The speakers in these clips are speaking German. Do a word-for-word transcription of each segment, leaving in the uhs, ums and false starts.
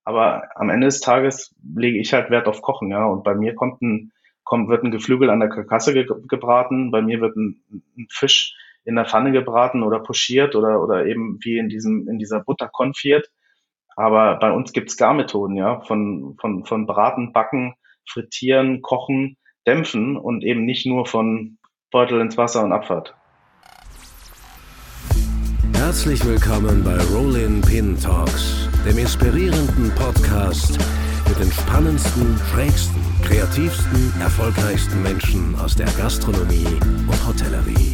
aber am Ende des Tages lege ich halt Wert auf Kochen, ja. Und bei mir kommt ein, kommt, wird ein Geflügel an der Karkasse ge gebraten, bei mir wird ein, ein Fisch in der Pfanne gebraten oder pochiert oder, oder eben wie in diesem, in dieser Butter konfiert. Aber bei uns gibt's Garmethoden, ja, von, von, von Braten, Backen, Frittieren, Kochen, Dämpfen und eben nicht nur von Beutel ins Wasser und Abfahrt. Herzlich willkommen bei Rollin Pin Talks, dem inspirierenden Podcast mit den spannendsten, schrägsten, kreativsten, erfolgreichsten Menschen aus der Gastronomie und Hotellerie.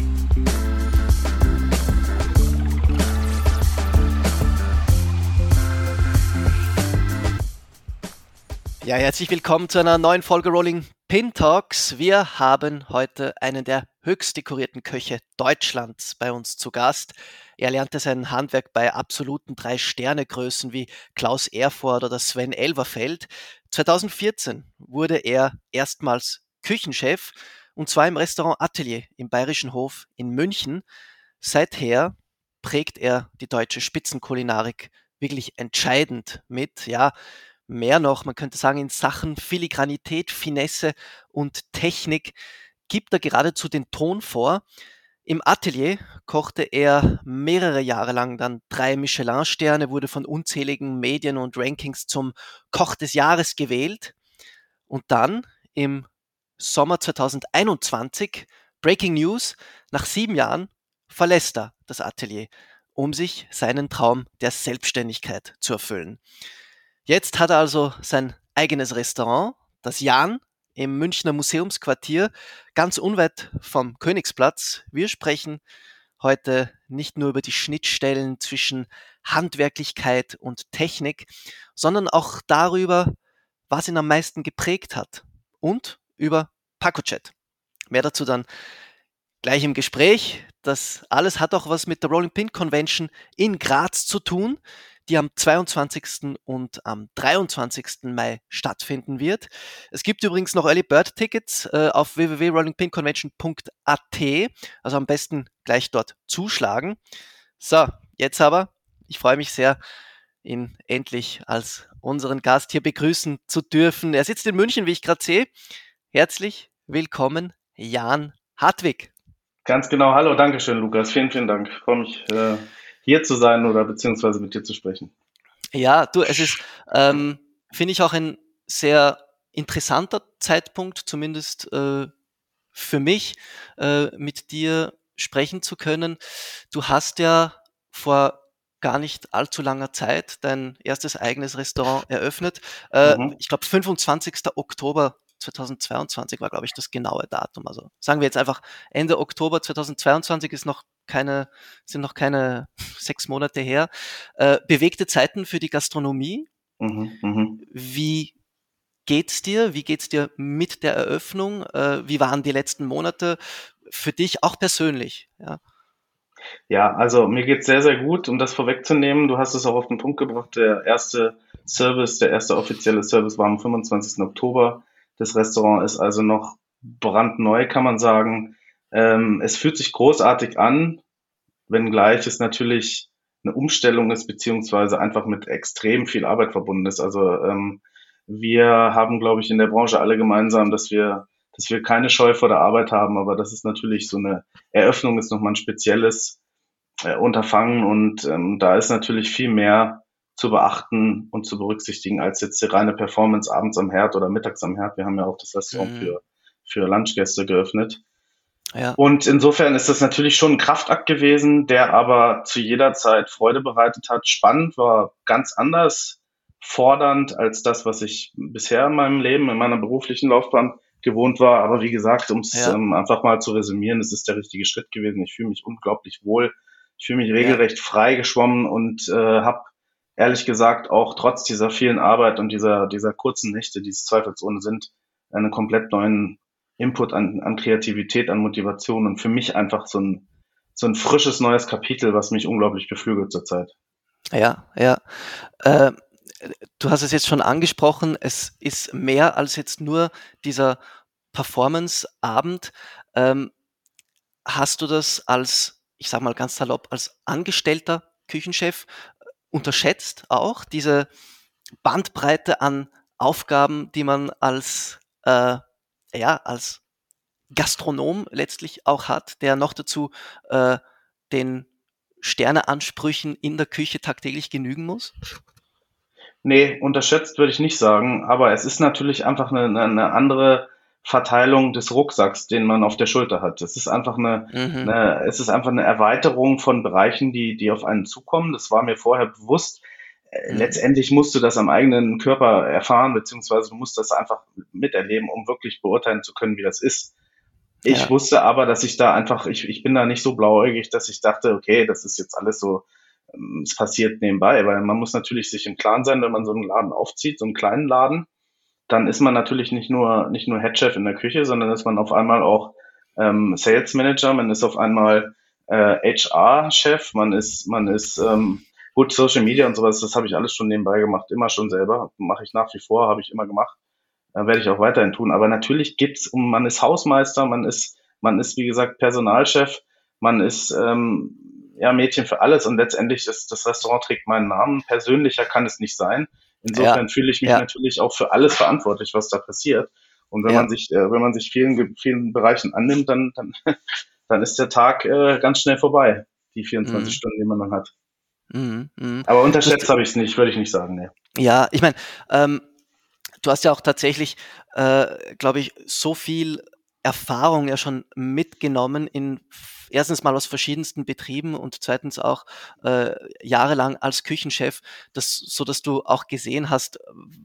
Ja, herzlich willkommen zu einer neuen Folge Rolling Pin Talks. Wir haben heute einen der höchst dekorierten Köche Deutschlands bei uns zu Gast. Er lernte sein Handwerk bei absoluten Drei-Sterne-Größen wie Klaus Erfurt oder Sven Elverfeld. zweitausendvierzehn wurde er erstmals Küchenchef und zwar im Restaurant Atelier im Bayerischen Hof in München. Seither prägt er die deutsche Spitzenkulinarik wirklich entscheidend mit, ja, mehr noch, man könnte sagen, in Sachen Filigranität, Finesse und Technik gibt er geradezu den Ton vor. Im Atelier kochte er mehrere Jahre lang dann drei Michelin-Sterne, wurde von unzähligen Medien und Rankings zum Koch des Jahres gewählt. Und dann im Sommer zweitausendeinundzwanzig, Breaking News, nach sieben Jahren verlässt er das Atelier, um sich seinen Traum der Selbstständigkeit zu erfüllen. Jetzt hat er also sein eigenes Restaurant, das Jan, im Münchner Museumsquartier, ganz unweit vom Königsplatz. Wir sprechen heute nicht nur über die Schnittstellen zwischen Handwerklichkeit und Technik, sondern auch darüber, was ihn am meisten geprägt hat und über Pacojet. Mehr dazu dann gleich im Gespräch. Das alles hat auch was mit der Rolling Pin Convention in Graz zu tun, die am zweiundzwanzigsten und am dreiundzwanzigsten Mai stattfinden wird. Es gibt übrigens noch Early Bird Tickets äh, auf w w w punkt rolling pin convention punkt a t, also am besten gleich dort zuschlagen. So, jetzt aber, ich freue mich sehr, ihn endlich als unseren Gast hier begrüßen zu dürfen. Er sitzt in München, wie ich gerade sehe. Herzlich willkommen, Jan Hartwig. Ganz genau. Hallo, danke schön, Lukas. Vielen, vielen Dank. Ich freue mich, äh, hier zu sein oder beziehungsweise mit dir zu sprechen. Ja, du, es ist, ähm, finde ich, auch ein sehr interessanter Zeitpunkt, zumindest äh, für mich, äh, mit dir sprechen zu können. Du hast ja vor gar nicht allzu langer Zeit dein erstes eigenes Restaurant eröffnet. Äh, Mhm. ich glaube, fünfundzwanzigsten Oktober zweitausendzweiundzwanzig war, glaube ich, das genaue Datum. Also sagen wir jetzt einfach, Ende Oktober zweitausendzweiundzwanzig ist noch keine, sind noch keine sechs Monate her. Äh, bewegte Zeiten für die Gastronomie. Mhm. Mhm. Wie geht's dir? Wie geht's dir mit der Eröffnung? Äh, wie waren die letzten Monate für dich auch persönlich? Ja. Ja, also mir geht's sehr, sehr gut. Um das vorwegzunehmen, du hast es auch auf den Punkt gebracht. Der erste Service, der erste offizielle Service war am fünfundzwanzigsten Oktober. Das Restaurant ist also noch brandneu, kann man sagen. Ähm, es fühlt sich großartig an, wenngleich es natürlich eine Umstellung ist, beziehungsweise einfach mit extrem viel Arbeit verbunden ist. Also ähm, wir haben, glaube ich, in der Branche alle gemeinsam, dass wir, dass wir keine Scheu vor der Arbeit haben, aber das ist natürlich so eine Eröffnung, ist nochmal ein spezielles äh, Unterfangen und ähm, da ist natürlich viel mehr zu beachten und zu berücksichtigen als jetzt die reine Performance abends am Herd oder mittags am Herd. Wir haben ja auch das Restaurant Mhm. für, für Lunchgäste geöffnet. Ja. Und insofern ist das natürlich schon ein Kraftakt gewesen, der aber zu jeder Zeit Freude bereitet hat. Spannend, war ganz anders fordernd als das, was ich bisher in meinem Leben, in meiner beruflichen Laufbahn gewohnt war. Aber wie gesagt, um es Ja. ähm, einfach mal zu resümieren, es ist der richtige Schritt gewesen. Ich fühle mich unglaublich wohl. Ich fühle mich Ja. regelrecht frei geschwommen und äh, habe ehrlich gesagt auch trotz dieser vielen Arbeit und dieser, dieser kurzen Nächte, die es zweifelsohne sind, einen komplett neuen Input an, an Kreativität, an Motivation und für mich einfach so ein, so ein frisches neues Kapitel, was mich unglaublich beflügelt zurzeit. Ja, ja. Äh, du hast es jetzt schon angesprochen, es ist mehr als jetzt nur dieser Performance-Abend. Ähm, hast du das als, ich sage mal ganz salopp, als angestellter Küchenchef unterschätzt auch, diese Bandbreite an Aufgaben, die man als, äh, ja, als Gastronom letztlich auch hat, der noch dazu äh, den Sterneansprüchen in der Küche tagtäglich genügen muss? Nee, unterschätzt würde ich nicht sagen, aber es ist natürlich einfach eine, eine, eine andere Verteilung des Rucksacks, den man auf der Schulter hat. Es ist einfach eine, Mhm. eine, es ist einfach eine Erweiterung von Bereichen, die, die auf einen zukommen. Das war mir vorher bewusst. Äh, Mhm. Letztendlich musst du das am eigenen Körper erfahren, beziehungsweise du musst das einfach miterleben, um wirklich beurteilen zu können, wie das ist. Ich Ja. wusste aber, dass ich da einfach, ich, ich bin da nicht so blauäugig, dass ich dachte, okay, das ist jetzt alles so, ähm, es passiert nebenbei, weil man muss natürlich sich im Klaren sein, wenn man so einen Laden aufzieht, so einen kleinen Laden, dann ist man natürlich nicht nur, nicht nur Headchef in der Küche, sondern ist man auf einmal auch ähm, Sales Manager, man ist auf einmal äh, H R-Chef, man ist, man ist ähm, gut Social Media und sowas, das habe ich alles schon nebenbei gemacht, immer schon selber, mache ich nach wie vor, habe ich immer gemacht, äh, werde ich auch weiterhin tun. Aber natürlich gibt's, um, man ist Hausmeister, man ist, man ist wie gesagt Personalchef, man ist ähm, ja Mädchen für alles und letztendlich ist das Restaurant trägt meinen Namen. Persönlicher kann es nicht sein. Ja. Insofern fühle ich mich Ja. natürlich auch für alles verantwortlich, was da passiert. Und wenn Ja. man sich, äh, wenn man sich vielen, vielen Bereichen annimmt, dann, dann, dann ist der Tag äh, ganz schnell vorbei, die vierundzwanzig Mhm. Stunden, die man dann hat. Mhm. Mhm. Aber Du hast, unterschätzt habe ich es nicht, würde ich nicht sagen. Nee. ja, ich meine, ähm, du hast ja auch tatsächlich, äh, glaube ich, so viel Erfahrung ja schon mitgenommen in f- erstens mal aus verschiedensten Betrieben und zweitens auch äh, jahrelang als Küchenchef, dass, so dass du auch gesehen hast,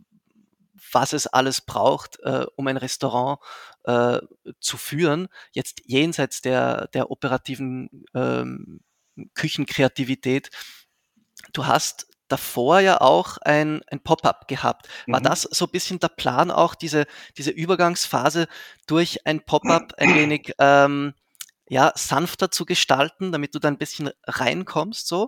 was es alles braucht, äh, um ein Restaurant äh, zu führen, jetzt jenseits der, der operativen ähm, Küchenkreativität. Du hast davor ja auch ein, ein Pop-up gehabt. War Mhm. das so ein bisschen der Plan auch, diese, diese Übergangsphase durch ein Pop-up ein wenig ähm, ja, sanfter zu gestalten, damit du da ein bisschen reinkommst, so?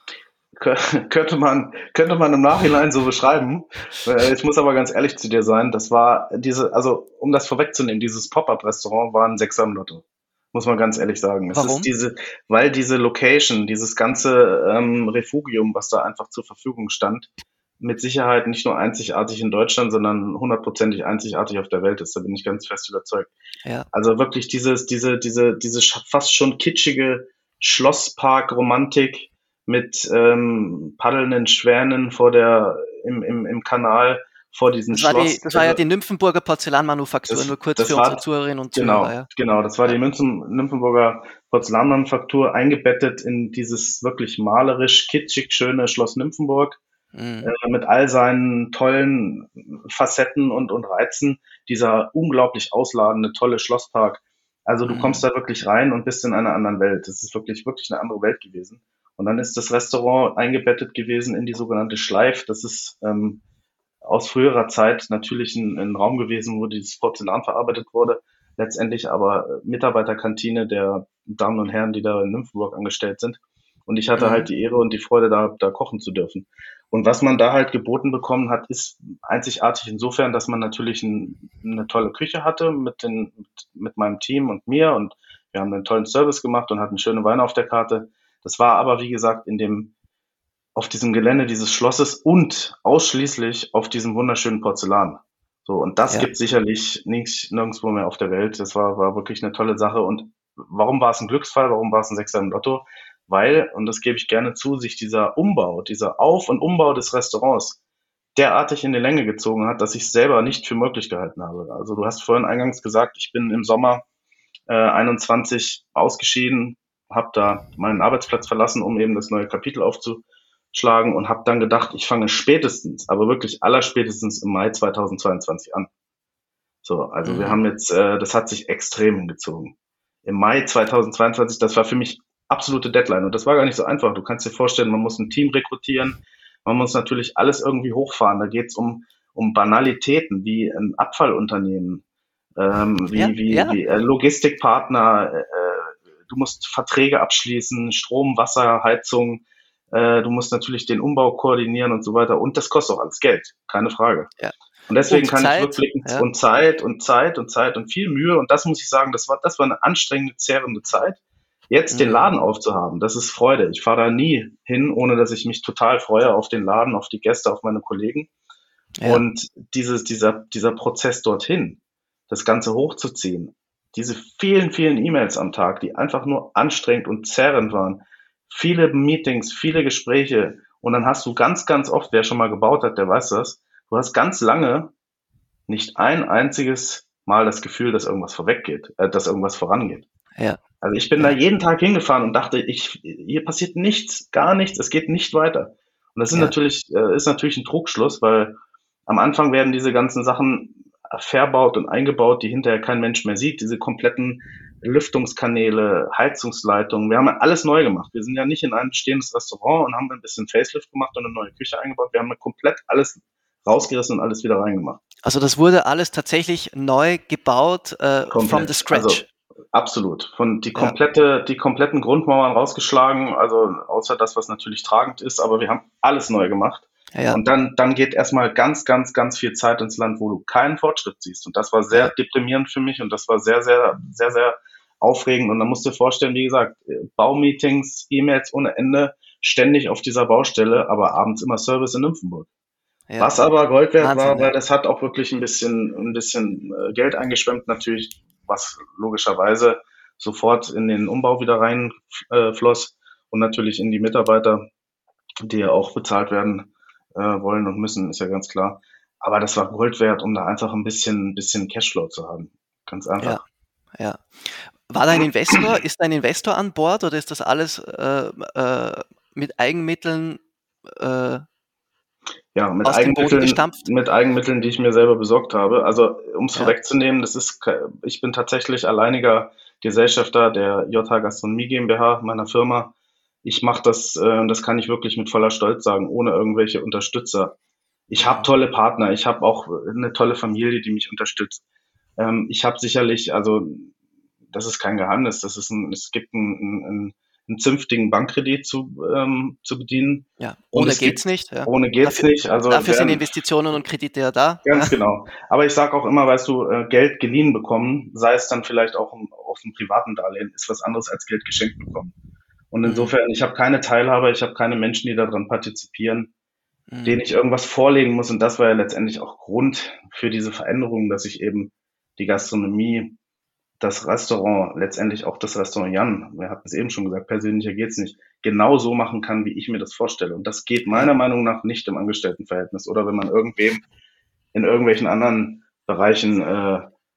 Könnte man, könnte man im Nachhinein so beschreiben. Äh, Ich muss aber ganz ehrlich zu dir sein, das war diese, also um das vorwegzunehmen, dieses Pop-up-Restaurant war ein Sechser im Lotto. Muss man ganz ehrlich sagen. Es ist Warum? diese, weil diese Location, dieses ganze ähm, Refugium, was da einfach zur Verfügung stand, mit Sicherheit nicht nur einzigartig in Deutschland, sondern hundertprozentig einzigartig auf der Welt ist. Da bin ich ganz fest überzeugt. Ja. Also wirklich dieses, diese, diese, diese sch- fast schon kitschige Schlosspark-Romantik mit ähm, paddelnden Schwänen vor der, im, im, im Kanal vor diesem Das war die, Schloss. das war ja Also die Nymphenburger Porzellanmanufaktur, das, nur kurz das für unsere war, Zuhörerinnen und Zuhörer, genau, ja. genau, das war die Ja. Münzen, Nymphenburger Porzellanmanufaktur, eingebettet in dieses wirklich malerisch, kitschig schöne Schloss Nymphenburg äh, Mhm. mit all seinen tollen Facetten und, und Reizen, dieser unglaublich ausladende, tolle Schlosspark. Also du kommst Mhm. da wirklich rein und bist in einer anderen Welt. Das ist wirklich, wirklich eine andere Welt gewesen. Und dann ist das Restaurant eingebettet gewesen in die sogenannte Schleif. Das ist ähm, aus früherer Zeit natürlich ein, ein Raum gewesen, wo dieses Porzellan verarbeitet wurde. Letztendlich aber Mitarbeiterkantine der Damen und Herren, die da in Nymphenburg angestellt sind. Und ich hatte Mhm. halt die Ehre und die Freude, da, da kochen zu dürfen. Und was man da halt geboten bekommen hat, ist einzigartig insofern, dass man natürlich ein, eine tolle Küche hatte mit, den, mit, mit meinem Team und mir. Und wir haben einen tollen Service gemacht und hatten schöne Weine auf der Karte. Das war aber, wie gesagt, in dem auf diesem Gelände dieses Schlosses und ausschließlich auf diesem wunderschönen Porzellan. So, und das Ja. gibt sicherlich nicht nirgendwo mehr auf der Welt. Das war, war wirklich eine tolle Sache. Und warum war es ein Glücksfall? Warum war es ein Sechser im Lotto? Weil, und das gebe ich gerne zu, sich dieser Umbau, dieser Auf- und Umbau des Restaurants derartig in die Länge gezogen hat, dass ich es selber nicht für möglich gehalten habe. Also du hast vorhin eingangs gesagt, ich bin im Sommer äh, einundzwanzig ausgeschieden, habe da meinen Arbeitsplatz verlassen, um eben das neue Kapitel aufzuschlagen und habe dann gedacht, ich fange spätestens, aber wirklich allerspätestens im Mai zweitausendzweiundzwanzig an. So, also wir Mhm. haben jetzt, äh, das hat sich extrem hingezogen. Im Mai zweitausendzweiundzwanzig, das war für mich absolute Deadline und das war gar nicht so einfach. Du kannst dir vorstellen, man muss ein Team rekrutieren, man muss natürlich alles irgendwie hochfahren. Da geht's um, um Banalitäten wie ein Abfallunternehmen, ähm, Ja, wie, wie, ja. wie äh, Logistikpartner, äh, du musst Verträge abschließen, Strom, Wasser, Heizung, äh, du musst natürlich den Umbau koordinieren und so weiter. Und das kostet auch alles Geld, keine Frage. Ja. Und deswegen Und kann ich Zeit, rückblickend ja. und Zeit und Zeit und Zeit und viel Mühe und das muss ich sagen, das war, das war eine anstrengende, zehrende Zeit. Jetzt den Mhm. Laden aufzuhaben, das ist Freude. Ich fahre da nie hin, ohne dass ich mich total freue auf den Laden, auf die Gäste, auf meine Kollegen. Ja. Und dieses, dieser, dieser Prozess dorthin, das Ganze hochzuziehen, diese vielen, vielen E-Mails am Tag, die einfach nur anstrengend und zerrend waren, viele Meetings, viele Gespräche, und dann hast du ganz, ganz oft, wer schon mal gebaut hat, der weiß das, du hast ganz lange nicht ein einziges Mal das Gefühl, dass irgendwas vorweggeht, äh, dass irgendwas vorangeht. Ja. Also ich bin Ja. da jeden Tag hingefahren und dachte, ich, hier passiert nichts, gar nichts, es geht nicht weiter. Und das ist Ja. natürlich, äh, ist natürlich ein Trugschluss, weil am Anfang werden diese ganzen Sachen verbaut und eingebaut, die hinterher kein Mensch mehr sieht. Diese kompletten Lüftungskanäle, Heizungsleitungen, wir haben ja alles neu gemacht. Wir sind ja nicht in ein bestehendes Restaurant und haben ein bisschen Facelift gemacht und eine neue Küche eingebaut. Wir haben ja komplett alles rausgerissen und alles wieder reingemacht. Also das wurde alles tatsächlich neu gebaut, äh, from the scratch. Also, absolut. Von die komplette, ja. die kompletten Grundmauern rausgeschlagen, also außer das, was natürlich tragend ist, aber wir haben alles neu gemacht. Ja. Und dann, dann geht erstmal ganz, ganz, ganz viel Zeit ins Land, wo du keinen Fortschritt siehst. Und das war sehr ja. deprimierend für mich und das war sehr, sehr, sehr, sehr aufregend. Und dann musst du dir vorstellen, wie gesagt, Baumeetings, E-Mails ohne Ende, ständig auf dieser Baustelle, aber abends immer Service in Nymphenburg. Ja. Was aber Gold wert Wahnsinn, war, weil ja. das hat auch wirklich ein bisschen, ein bisschen Geld eingeschwemmt, natürlich, was logischerweise sofort in den Umbau wieder reinfloss äh, und natürlich in die Mitarbeiter, die ja auch bezahlt werden äh, wollen und müssen, ist ja ganz klar. Aber das war Gold wert, um da einfach ein bisschen, ein bisschen Cashflow zu haben. Ganz einfach. Ja, ja. War da ein Investor, ist da ein Investor an Bord oder ist das alles äh, äh, mit Eigenmitteln äh, Ja, mit Eigenmitteln, mit Eigenmitteln, die ich mir selber besorgt habe. Also, um es ja. vorwegzunehmen, das ist, ich bin tatsächlich alleiniger Gesellschafter der J H Gastronomie GmbH, meiner Firma. Ich mache das, äh, das kann ich wirklich mit voller Stolz sagen, ohne irgendwelche Unterstützer. Ich habe tolle Partner, ich habe auch eine tolle Familie, die mich unterstützt. Ähm, ich habe sicherlich, also das ist kein Geheimnis, das ist ein, es gibt ein, ein, einen zünftigen Bankkredit zu, ähm, zu bedienen. Ja, ohne geht's gibt, nicht. Ja. Ohne geht's dafür, nicht. Also dafür werden, sind Investitionen und Kredite ja da. Ganz ja. genau. Aber ich sage auch immer, weißt du, äh, Geld geliehen bekommen, sei es dann vielleicht auch um, auf einem privaten Darlehen, ist was anderes als Geld geschenkt bekommen. Und insofern, ich habe keine Teilhaber, ich habe keine Menschen, die daran partizipieren, mhm. denen ich irgendwas vorlegen muss. Und das war ja letztendlich auch Grund für diese Veränderung, dass ich eben die Gastronomie, das Restaurant, letztendlich auch das Restaurant Jan, wir hatten es eben schon gesagt, persönlicher geht's nicht, genau so machen kann, wie ich mir das vorstelle. Und das geht meiner Meinung nach nicht im Angestelltenverhältnis oder wenn man irgendwem in irgendwelchen anderen Bereichen äh,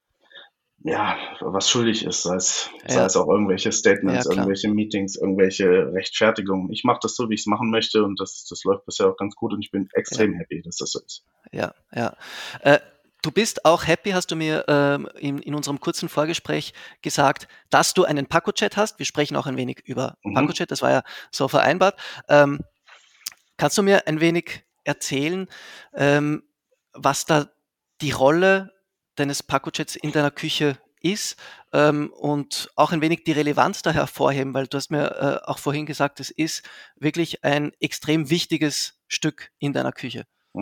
ja, was schuldig ist, sei es, ja. sei es auch irgendwelche Statements, ja, irgendwelche Meetings, irgendwelche Rechtfertigungen. Ich mache das so, wie ich es machen möchte und das, das läuft bisher auch ganz gut und ich bin extrem ja. happy, dass das so ist. Ja, ja. Äh, du bist auch happy, hast du mir ähm, in, in unserem kurzen Vorgespräch gesagt, dass du einen PacoChat hast. Wir sprechen auch ein wenig über mhm. PacoChat, das war ja so vereinbart. Ähm, kannst du mir ein wenig erzählen, ähm, was da die Rolle deines PacoChats in deiner Küche ist ähm, und auch ein wenig die Relevanz da hervorheben, weil du hast mir äh, auch vorhin gesagt, es ist wirklich ein extrem wichtiges Stück in deiner Küche.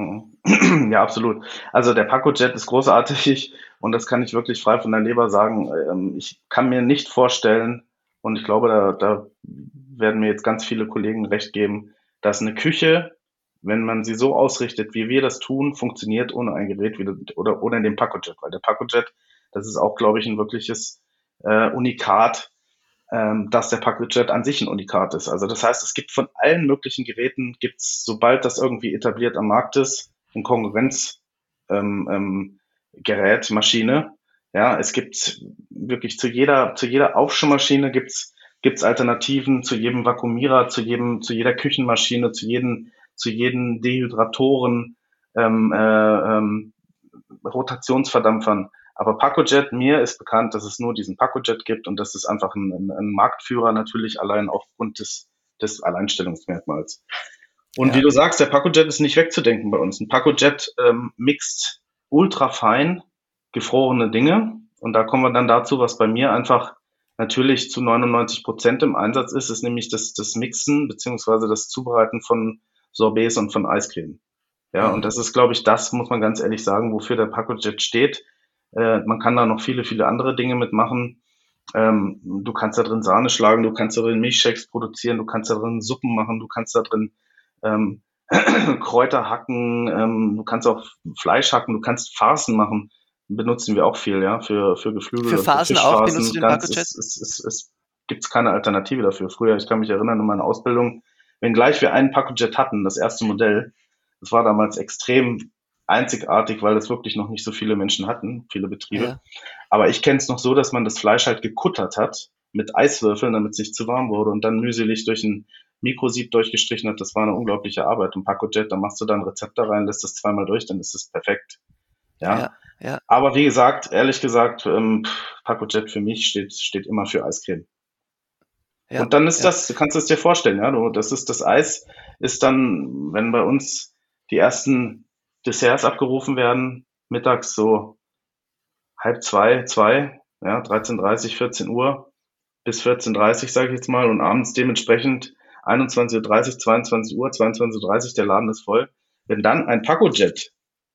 Ja, absolut. Also der PacoChat ist großartig und das kann ich wirklich frei von der Leber sagen. Ich kann mir nicht vorstellen, und ich glaube, da, da werden mir jetzt ganz viele Kollegen recht geben, dass eine Küche, wenn man sie so ausrichtet, wie wir das tun, funktioniert ohne ein Gerät wie, oder ohne den PacoChat. Weil der PacoChat, das ist auch, glaube ich, ein wirkliches äh, Unikat, ähm, dass der PacoChat an sich ein Unikat ist. Also das heißt, es gibt von allen möglichen Geräten, gibt's, sobald das irgendwie etabliert am Markt ist, ein Konkurrenzgerät, ähm, ähm, Gerät, Maschine. Ja, es gibt wirklich zu jeder, zu jeder Aufschwimmmaschine gibt's, gibt's Alternativen, zu jedem Vakuumierer, zu jedem, zu jeder Küchenmaschine, zu jedem zu jedem Dehydratoren, ähm, äh, ähm, Rotationsverdampfern. Aber PacoChat, mir ist bekannt, dass es nur diesen PacoChat gibt und das ist einfach ein, ein, ein Marktführer natürlich allein aufgrund des, des Alleinstellungsmerkmals. Und ja. wie du sagst, der PacoChat ist nicht wegzudenken bei uns. Ein PacoChat ähm, mixt ultra fein gefrorene Dinge und da kommen wir dann dazu, was bei mir einfach natürlich zu neunundneunzig Prozent im Einsatz ist, ist nämlich das, das Mixen beziehungsweise das Zubereiten von Sorbets und von Eiscreme. Ja, mhm. und das ist, glaube ich, das, muss man ganz ehrlich sagen, wofür der PacoChat steht. Äh, man kann da noch viele, viele andere Dinge mitmachen. Ähm, du kannst da drin Sahne schlagen, du kannst da drin Milchshakes produzieren, du kannst da drin Suppen machen, du kannst da drin ähm, Kräuter hacken, ähm, du kannst auch Fleisch hacken, du kannst Farsen machen, benutzen wir auch viel, ja, für, für Geflügel Für oder für Phasen auch benutzt du Fischfarsen. den Ganz, PacoJet? es, es, es, es gibt keine Alternative dafür. Früher, ich kann mich erinnern an meine Ausbildung, wenngleich wir einen PacoJet hatten, das erste Modell, das war damals extrem einzigartig, weil das wirklich noch nicht so viele Menschen hatten, viele Betriebe. Ja, Aber ich kenne es noch so, dass man das Fleisch halt gekuttert hat mit Eiswürfeln, damit es nicht zu warm wurde und dann mühselig durch ein Mikrosieb durchgestrichen hat. Das war eine unglaubliche Arbeit. Und PacoJet, da machst du dann Rezept da rein, lässt das zweimal durch, dann ist es perfekt. Ja. ja, ja, Aber wie gesagt, ehrlich gesagt, ähm, PacoJet für mich steht, steht immer für Eiscreme. ja, Und dann ist ja. das, du kannst es dir vorstellen, ja, du, das ist das Eis, ist dann, wenn bei uns die ersten Desserts abgerufen werden, mittags so halb zwei, zwei, ja, dreizehn Uhr dreißig, vierzehn Uhr bis vierzehn Uhr dreißig, sage ich jetzt mal, und abends dementsprechend einundzwanzig Uhr dreißig, zweiundzwanzig Uhr, zweiundzwanzig Uhr dreißig, der Laden ist voll. Wenn dann ein PacoJet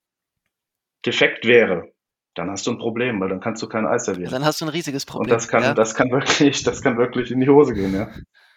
defekt wäre, dann hast du ein Problem, weil dann kannst du kein Eis servieren. Dann hast du ein riesiges Und Problem. das kann, Ja. das kann wirklich, das kann wirklich in die Hose gehen, ja.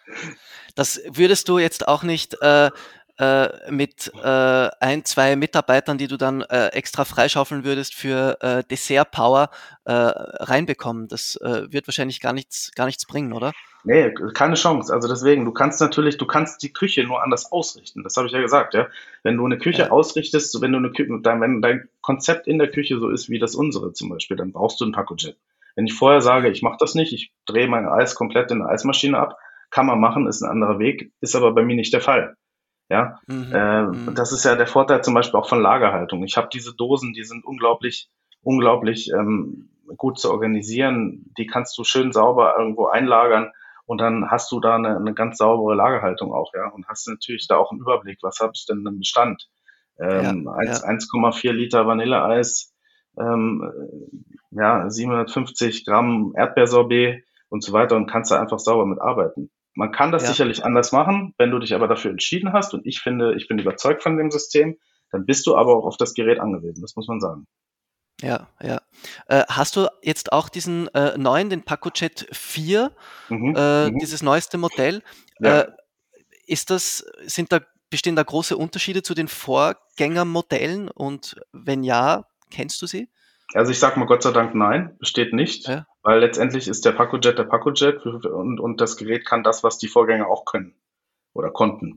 Das würdest du jetzt auch nicht äh, äh, mit äh, ein, zwei Mitarbeitern, die du dann äh, extra freischaufeln würdest für äh, Dessert Power, äh, reinbekommen. Das äh, wird wahrscheinlich gar nichts, gar nichts bringen, oder? Nee, keine Chance. Also deswegen, du kannst natürlich, du kannst die Küche nur anders ausrichten. Das habe ich ja gesagt, ja. Wenn du eine Küche Ja. ausrichtest, wenn du eine Küche, dein, wenn dein Konzept in der Küche so ist wie das unsere zum Beispiel, dann brauchst du einen PacoJet. Wenn ich vorher sage, ich mache das nicht, ich drehe mein Eis komplett in der Eismaschine ab, kann man machen, ist ein anderer Weg, ist aber bei mir nicht der Fall. Ja, Mhm. äh, Mhm. das ist ja der Vorteil zum Beispiel auch von Lagerhaltung. Ich habe diese Dosen, die sind unglaublich, unglaublich ähm, gut zu organisieren. Die kannst du schön sauber irgendwo einlagern und dann hast du da eine, eine ganz saubere Lagerhaltung auch, ja, und hast natürlich da auch einen Überblick, was habe ich denn im Bestand? Ähm, Ja, eins ja, eins Komma vier Liter Vanilleeis, ähm, ja, siebenhundertfünfzig Gramm Erdbeersorbet und so weiter und kannst da einfach sauber mit arbeiten. Man kann das ja. sicherlich anders machen, wenn du dich aber dafür entschieden hast und ich finde, ich bin überzeugt von dem System, dann bist du aber auch auf das Gerät angewiesen, das muss man sagen. Ja, ja. Äh, hast du jetzt auch diesen äh, neuen, den PacoJet vier, Mhm, äh, mhm, dieses neueste Modell? ja. Äh, ist das, sind da, bestehen da große Unterschiede zu den Vorgängermodellen? Und wenn ja, kennst du sie? Also ich sag mal Gott sei Dank nein, besteht nicht, Ja, weil letztendlich ist der PacoJet der PacoJet und, und das Gerät kann das, was die Vorgänger auch können oder konnten.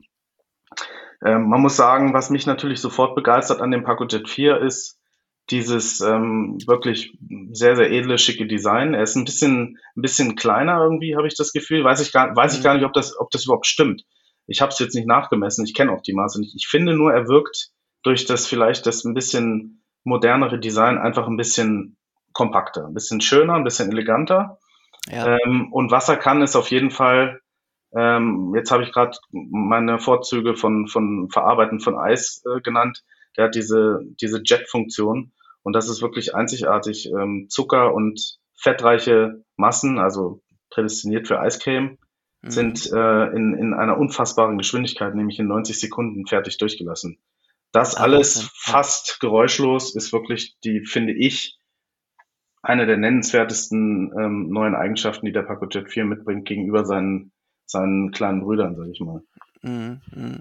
Ähm, man muss sagen, was mich natürlich sofort begeistert an dem PacoJet vier ist dieses ähm, wirklich sehr, sehr edle, schicke Design. Er ist ein bisschen, ein bisschen kleiner irgendwie, habe ich das Gefühl. Weiß ich gar, weiß ich gar mhm. nicht, ob das, ob das überhaupt stimmt. Ich habe es jetzt nicht nachgemessen, ich kenne auch die Maße nicht. Ich finde nur, er wirkt durch das vielleicht das ein bisschen modernere Design einfach ein bisschen kompakter, ein bisschen schöner, ein bisschen eleganter. Ja, Ähm, und was er kann, ist auf jeden Fall, ähm, jetzt habe ich gerade meine Vorzüge von, von Verarbeiten von Eis äh, genannt. Der hat diese, diese Jet-Funktion und das ist wirklich einzigartig. Ähm, Zucker und fettreiche Massen, also prädestiniert für Eiscreme, mhm. sind äh, in, in einer unfassbaren Geschwindigkeit, nämlich in neunzig Sekunden fertig durchgelassen. Das Ah, alles Wahnsinn. Ja. fast geräuschlos ist wirklich die, finde ich, eine der nennenswertesten ähm, neuen Eigenschaften, die der PacoJet vier mitbringt gegenüber seinen, seinen kleinen Brüdern, sage ich mal. Mhm. Mhm.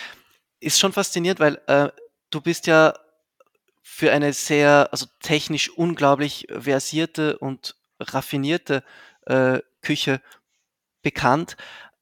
Ist schon faszinierend, weil äh, du bist ja für eine sehr, also technisch unglaublich versierte und raffinierte äh, Küche bekannt.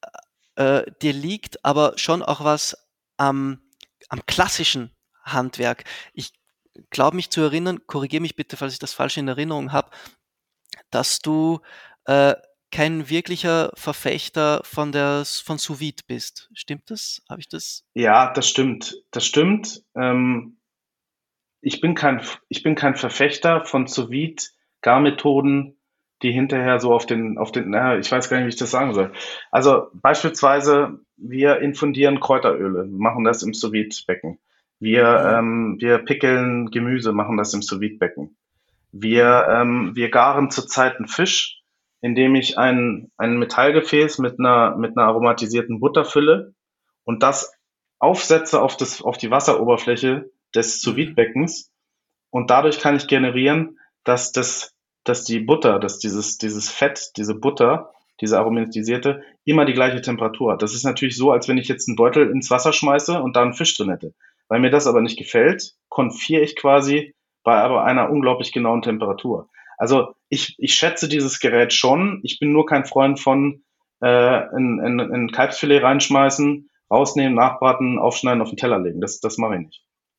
Äh, dir liegt aber schon auch was am, am klassischen Handwerk. Ich glaube mich zu erinnern, korrigiere mich bitte, falls ich das falsch in Erinnerung habe, dass du äh, kein wirklicher Verfechter von der von Sous Vide bist. Stimmt das? Habe ich das? Ja, das stimmt. Das stimmt. Ähm, ich bin kein, ich bin kein Verfechter von Sous-Vide-Garmethoden, die hinterher so auf den, auf den, na, ich weiß gar nicht, wie ich das sagen soll. Also beispielsweise, wir infundieren Kräuteröle, machen das im Sous-Vide-Becken. Wir, Mhm. ähm, wir pickeln Gemüse, machen das im Sous-Vide-Becken. Mhm. Wir, ähm, wir garen zurzeit einen Fisch, indem ich ein, ein Metallgefäß mit einer, mit einer aromatisierten Butter fülle und das aufsetze auf das, auf die Wasseroberfläche des Mhm. Sous-Vide-Beckens und dadurch kann ich generieren, dass das, dass die Butter, dass dieses, dieses Fett, diese Butter diese aromatisierte, immer die gleiche Temperatur hat. Das ist natürlich so, als wenn ich jetzt einen Beutel ins Wasser schmeiße und da einen Fisch drin hätte. Weil mir das aber nicht gefällt, konfiere ich quasi bei aber einer unglaublich genauen Temperatur. Also ich, ich schätze dieses Gerät schon. Ich bin nur kein Freund von äh, in, in, in Kalbsfilet reinschmeißen, rausnehmen, nachbraten, aufschneiden, auf den Teller legen. Das, das mache ich nicht.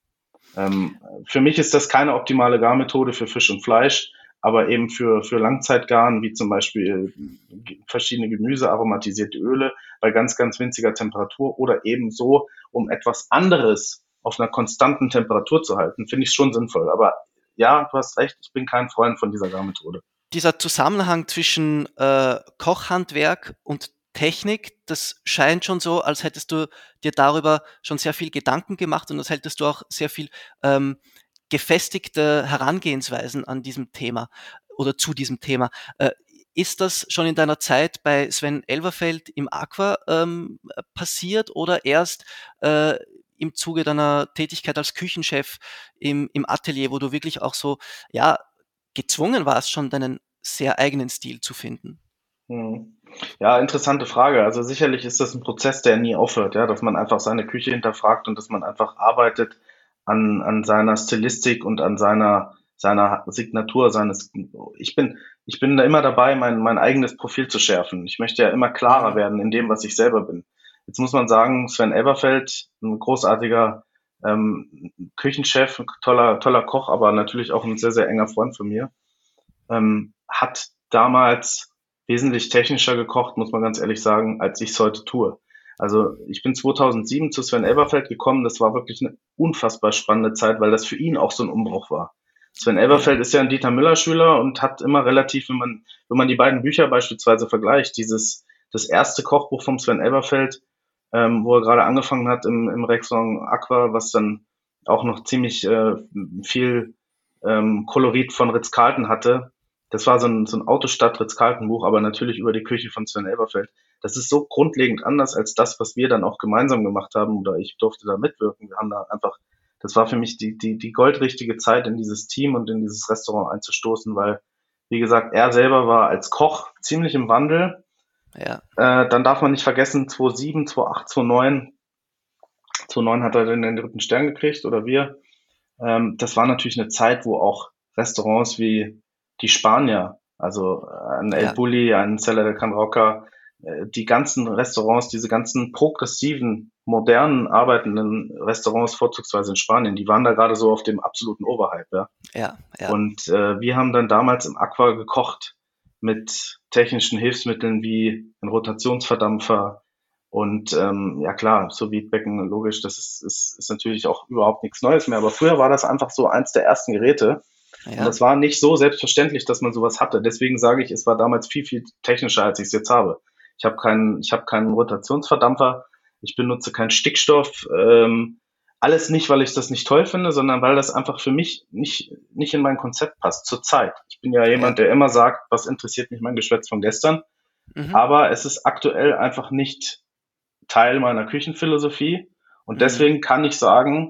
Ähm, für mich ist das keine optimale Garmethode für Fisch und Fleisch, aber eben für, für Langzeitgaren, wie zum Beispiel verschiedene Gemüse, aromatisierte Öle bei ganz, ganz winziger Temperatur oder eben so, um etwas anderes auf einer konstanten Temperatur zu halten, finde ich schon sinnvoll. Aber ja, du hast recht, ich bin kein Freund von dieser Garmethode. Dieser Zusammenhang zwischen äh, Kochhandwerk und Technik, das scheint schon so, als hättest du dir darüber schon sehr viel Gedanken gemacht und als hättest du auch sehr viel ähm, gefestigte Herangehensweisen an diesem Thema oder zu diesem Thema. Äh, ist das schon in deiner Zeit bei Sven Elverfeldt im Aqua ähm, passiert oder erst äh, im Zuge deiner Tätigkeit als Küchenchef im, im Atelier, wo du wirklich auch so, ja, gezwungen warst, schon deinen sehr eigenen Stil zu finden? Hm. Ja, interessante Frage. Also sicherlich ist das ein Prozess, der nie aufhört, ja, dass man einfach seine Küche hinterfragt und dass man einfach arbeitet an, an seiner Stilistik und an seiner, seiner Signatur, seines, ich bin, ich bin da immer dabei, mein, mein eigenes Profil zu schärfen. Ich möchte ja immer klarer Mhm. werden in dem, was ich selber bin. Jetzt muss man sagen, Sven Elverfeldt, ein großartiger ähm, Küchenchef, ein toller, toller Koch, aber natürlich auch ein sehr, sehr enger Freund von mir, ähm, hat damals wesentlich technischer gekocht, muss man ganz ehrlich sagen, als ich es heute tue. Also ich bin zweitausendsieben zu Sven Elverfeldt gekommen. Das war wirklich eine unfassbar spannende Zeit, weil das für ihn auch so ein Umbruch war. Sven Ja, Elverfeldt ist ja ein Dieter Müller-Schüler und hat immer relativ, wenn man, wenn man die beiden Bücher beispielsweise vergleicht, dieses, das erste Kochbuch vom Sven Elverfeldt, ähm, wo er gerade angefangen hat im, im Restaurant Aqua, was dann auch noch ziemlich äh, viel ähm, Kolorit von Ritz-Carlton hatte. Das war so ein, so ein Autostadt-Ritz-Carlton-Buch, aber natürlich über die Küche von Sven Elverfeldt. Das ist so grundlegend anders als das, was wir dann auch gemeinsam gemacht haben, oder ich durfte da mitwirken. Wir haben da einfach, das war für mich die, die, die goldrichtige Zeit, in dieses Team und in dieses Restaurant einzustoßen, weil, wie gesagt, er selber war als Koch ziemlich im Wandel. ja, Äh, dann darf man nicht vergessen, zweitausendsieben, zweitausendacht, zweitausendneun, zweitausendneun hat er dann den dritten Stern gekriegt, oder wir. Ähm, das war natürlich eine Zeit, wo auch Restaurants wie die Spanier, also ein El ja, Bulli, ein Cella de Can Roca, äh, die ganzen Restaurants, diese ganzen progressiven, modernen, arbeitenden Restaurants, vorzugsweise in Spanien, die waren da gerade so auf dem absoluten Oberhype, ja. ja, ja, Und äh, wir haben dann damals im Aqua gekocht mit technischen Hilfsmitteln wie ein Rotationsverdampfer und ähm, ja klar, Sous-Vide-Becken, logisch, das ist, ist, ist natürlich auch überhaupt nichts Neues mehr. Aber früher war das einfach so eins der ersten Geräte. Und ja, das war nicht so selbstverständlich, dass man sowas hatte. Deswegen sage ich, es war damals viel, viel technischer, als ich es jetzt habe. Ich habe keinen, ich habe keinen Rotationsverdampfer, ich benutze keinen Stickstoff, ähm, alles nicht, weil ich das nicht toll finde, sondern weil das einfach für mich nicht, nicht in mein Konzept passt, zur Zeit. Ich bin ja ja. jemand, der immer sagt, was interessiert mich mein Geschwätz von gestern, Mhm. aber es ist aktuell einfach nicht Teil meiner Küchenphilosophie und Mhm. deswegen kann ich sagen,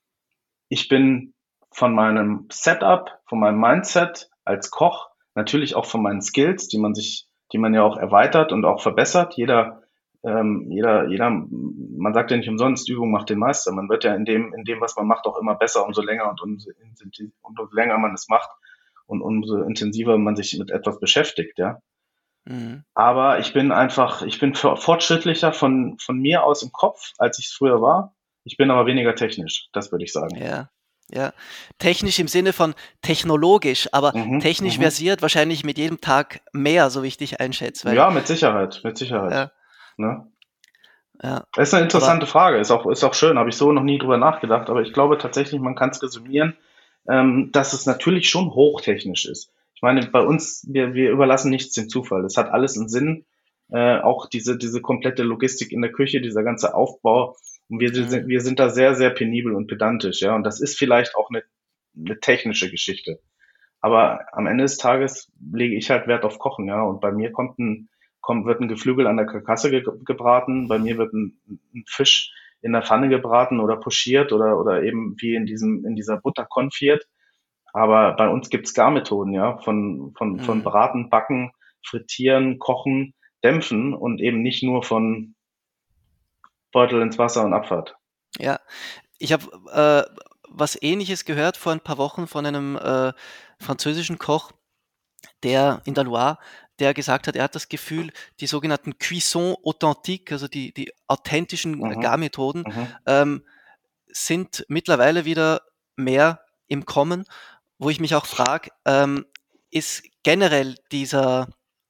ich bin von meinem Setup, von meinem Mindset als Koch, natürlich auch von meinen Skills, die man sich, die man ja auch erweitert und auch verbessert. Jeder, ähm, jeder, jeder, man sagt ja nicht umsonst, Übung macht den Meister. Man wird ja in dem, in dem, was man macht, auch immer besser, umso länger und umso, umso länger man es macht und umso intensiver man sich mit etwas beschäftigt, ja. Mhm. Aber ich bin einfach, ich bin fortschrittlicher von, von mir aus im Kopf, als ich es früher war. Ich bin aber weniger technisch, das würde ich sagen. Ja, ja. Technisch im Sinne von technologisch, aber Mhm, technisch mhm. versiert wahrscheinlich mit jedem Tag mehr, so wie ich dich einschätze, weil Ja, mit Sicherheit, mit Sicherheit. ja, Ne? ja, Das ist eine aber interessante Frage, ist auch, ist auch schön, habe ich so noch nie drüber nachgedacht, aber ich glaube tatsächlich, man kann es resümieren, ähm, dass es natürlich schon hochtechnisch ist. Ich meine, bei uns, wir, wir überlassen nichts dem Zufall. Es hat alles einen Sinn, äh, auch diese, diese komplette Logistik in der Küche, dieser ganze Aufbau. Und wir sind, mhm, wir sind da sehr, sehr penibel und pedantisch, ja. Und das ist vielleicht auch eine, eine technische Geschichte. Aber am Ende des Tages lege ich halt Wert auf Kochen, ja. Und bei mir kommt ein, kommt, wird ein Geflügel an der Karkasse ge gebraten, bei mir wird ein, ein Fisch in der Pfanne gebraten oder pochiert oder, oder eben wie in diesem, in dieser Butter konfiert. Aber bei uns gibt's Garmethoden, ja, von, von, von mhm, Braten, Backen, Frittieren, Kochen. dämpfen und eben nicht nur von Beutel ins Wasser und Abfahrt. Ja, ich habe äh, was Ähnliches gehört vor ein paar Wochen von einem äh, französischen Koch, der in der Loire, der gesagt hat, er hat das Gefühl, die sogenannten Cuisson authentique, also die, die authentischen Mhm. Garmethoden, Mhm. ähm, sind mittlerweile wieder mehr im Kommen, wo ich mich auch frage, ähm, ist generell dieser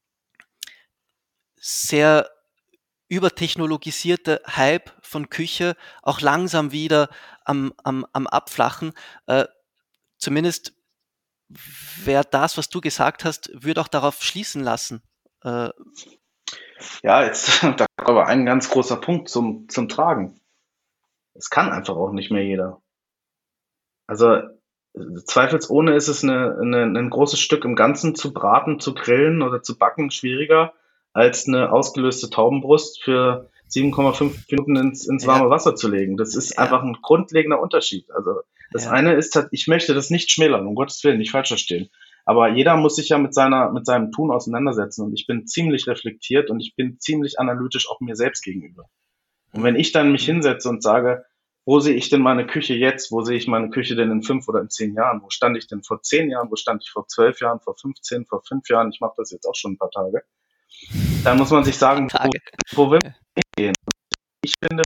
sehr übertechnologisierte Hype von Küche auch langsam wieder am, am, am Abflachen. Äh, zumindest wäre das, was du gesagt hast, würde auch darauf schließen lassen. Äh, Ja, jetzt, da kommt aber ein ganz großer Punkt zum, zum Tragen. Es kann einfach auch nicht mehr jeder. Also äh, zweifelsohne ist es eine, eine, ein großes Stück im Ganzen zu braten, zu grillen oder zu backen schwieriger als eine ausgelöste Taubenbrust für sieben Komma fünf Minuten ins, ins ja, warme Wasser zu legen. Das ist ja, einfach ein grundlegender Unterschied. Also das ja. eine ist, halt, ich möchte das nicht schmälern, um Gottes Willen, nicht falsch verstehen. Aber jeder muss sich ja mit seiner, mit seinem Tun auseinandersetzen. Und ich bin ziemlich reflektiert und ich bin ziemlich analytisch auch mir selbst gegenüber. Und wenn Mhm. ich dann mich Mhm. hinsetze und sage, wo sehe ich denn meine Küche jetzt? Wo sehe ich meine Küche denn in fünf oder in zehn Jahren? Wo stand ich denn vor zehn Jahren? Wo stand ich vor zwölf Jahren, vor fünfzehn, vor fünf Jahren? Ich mache das jetzt auch schon ein paar Tage. Dann muss man sich sagen, wo, Tage. wo will man hingehen? Ich finde,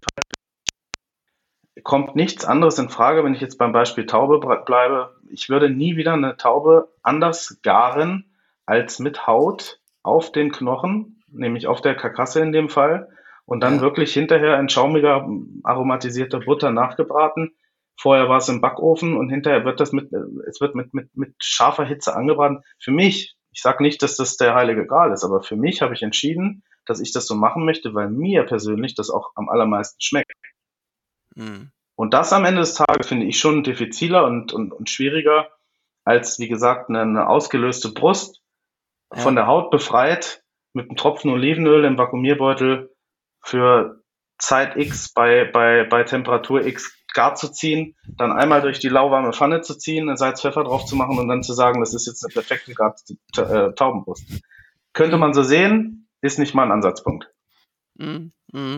kommt nichts anderes in Frage, wenn ich jetzt beim Beispiel Taube bleibe. Ich würde nie wieder eine Taube anders garen als mit Haut auf den Knochen, nämlich auf der Karkasse in dem Fall, und dann Ja. wirklich hinterher in schaumiger, aromatisierter Butter nachgebraten. Vorher war es im Backofen und hinterher wird das mit, es wird mit, mit, mit scharfer Hitze angebraten. Für mich, ich sage nicht, dass das der heilige Gral ist, aber für mich habe ich entschieden, dass ich das so machen möchte, weil mir persönlich das auch am allermeisten schmeckt. Mhm. Und das am Ende des Tages finde ich schon diffiziler und, und, und schwieriger als, wie gesagt, eine, eine ausgelöste Brust von Ja. der Haut befreit mit einem Tropfen Olivenöl im Vakuumierbeutel für Zeit X bei, bei, bei Temperatur X gar zu ziehen, dann einmal durch die lauwarme Pfanne zu ziehen, ein Salz, Pfeffer drauf zu machen und dann zu sagen, das ist jetzt eine perfekte äh, Taubenbrust. Könnte Mhm. man so sehen, ist nicht mal ein Ansatzpunkt. Mhm. Mhm.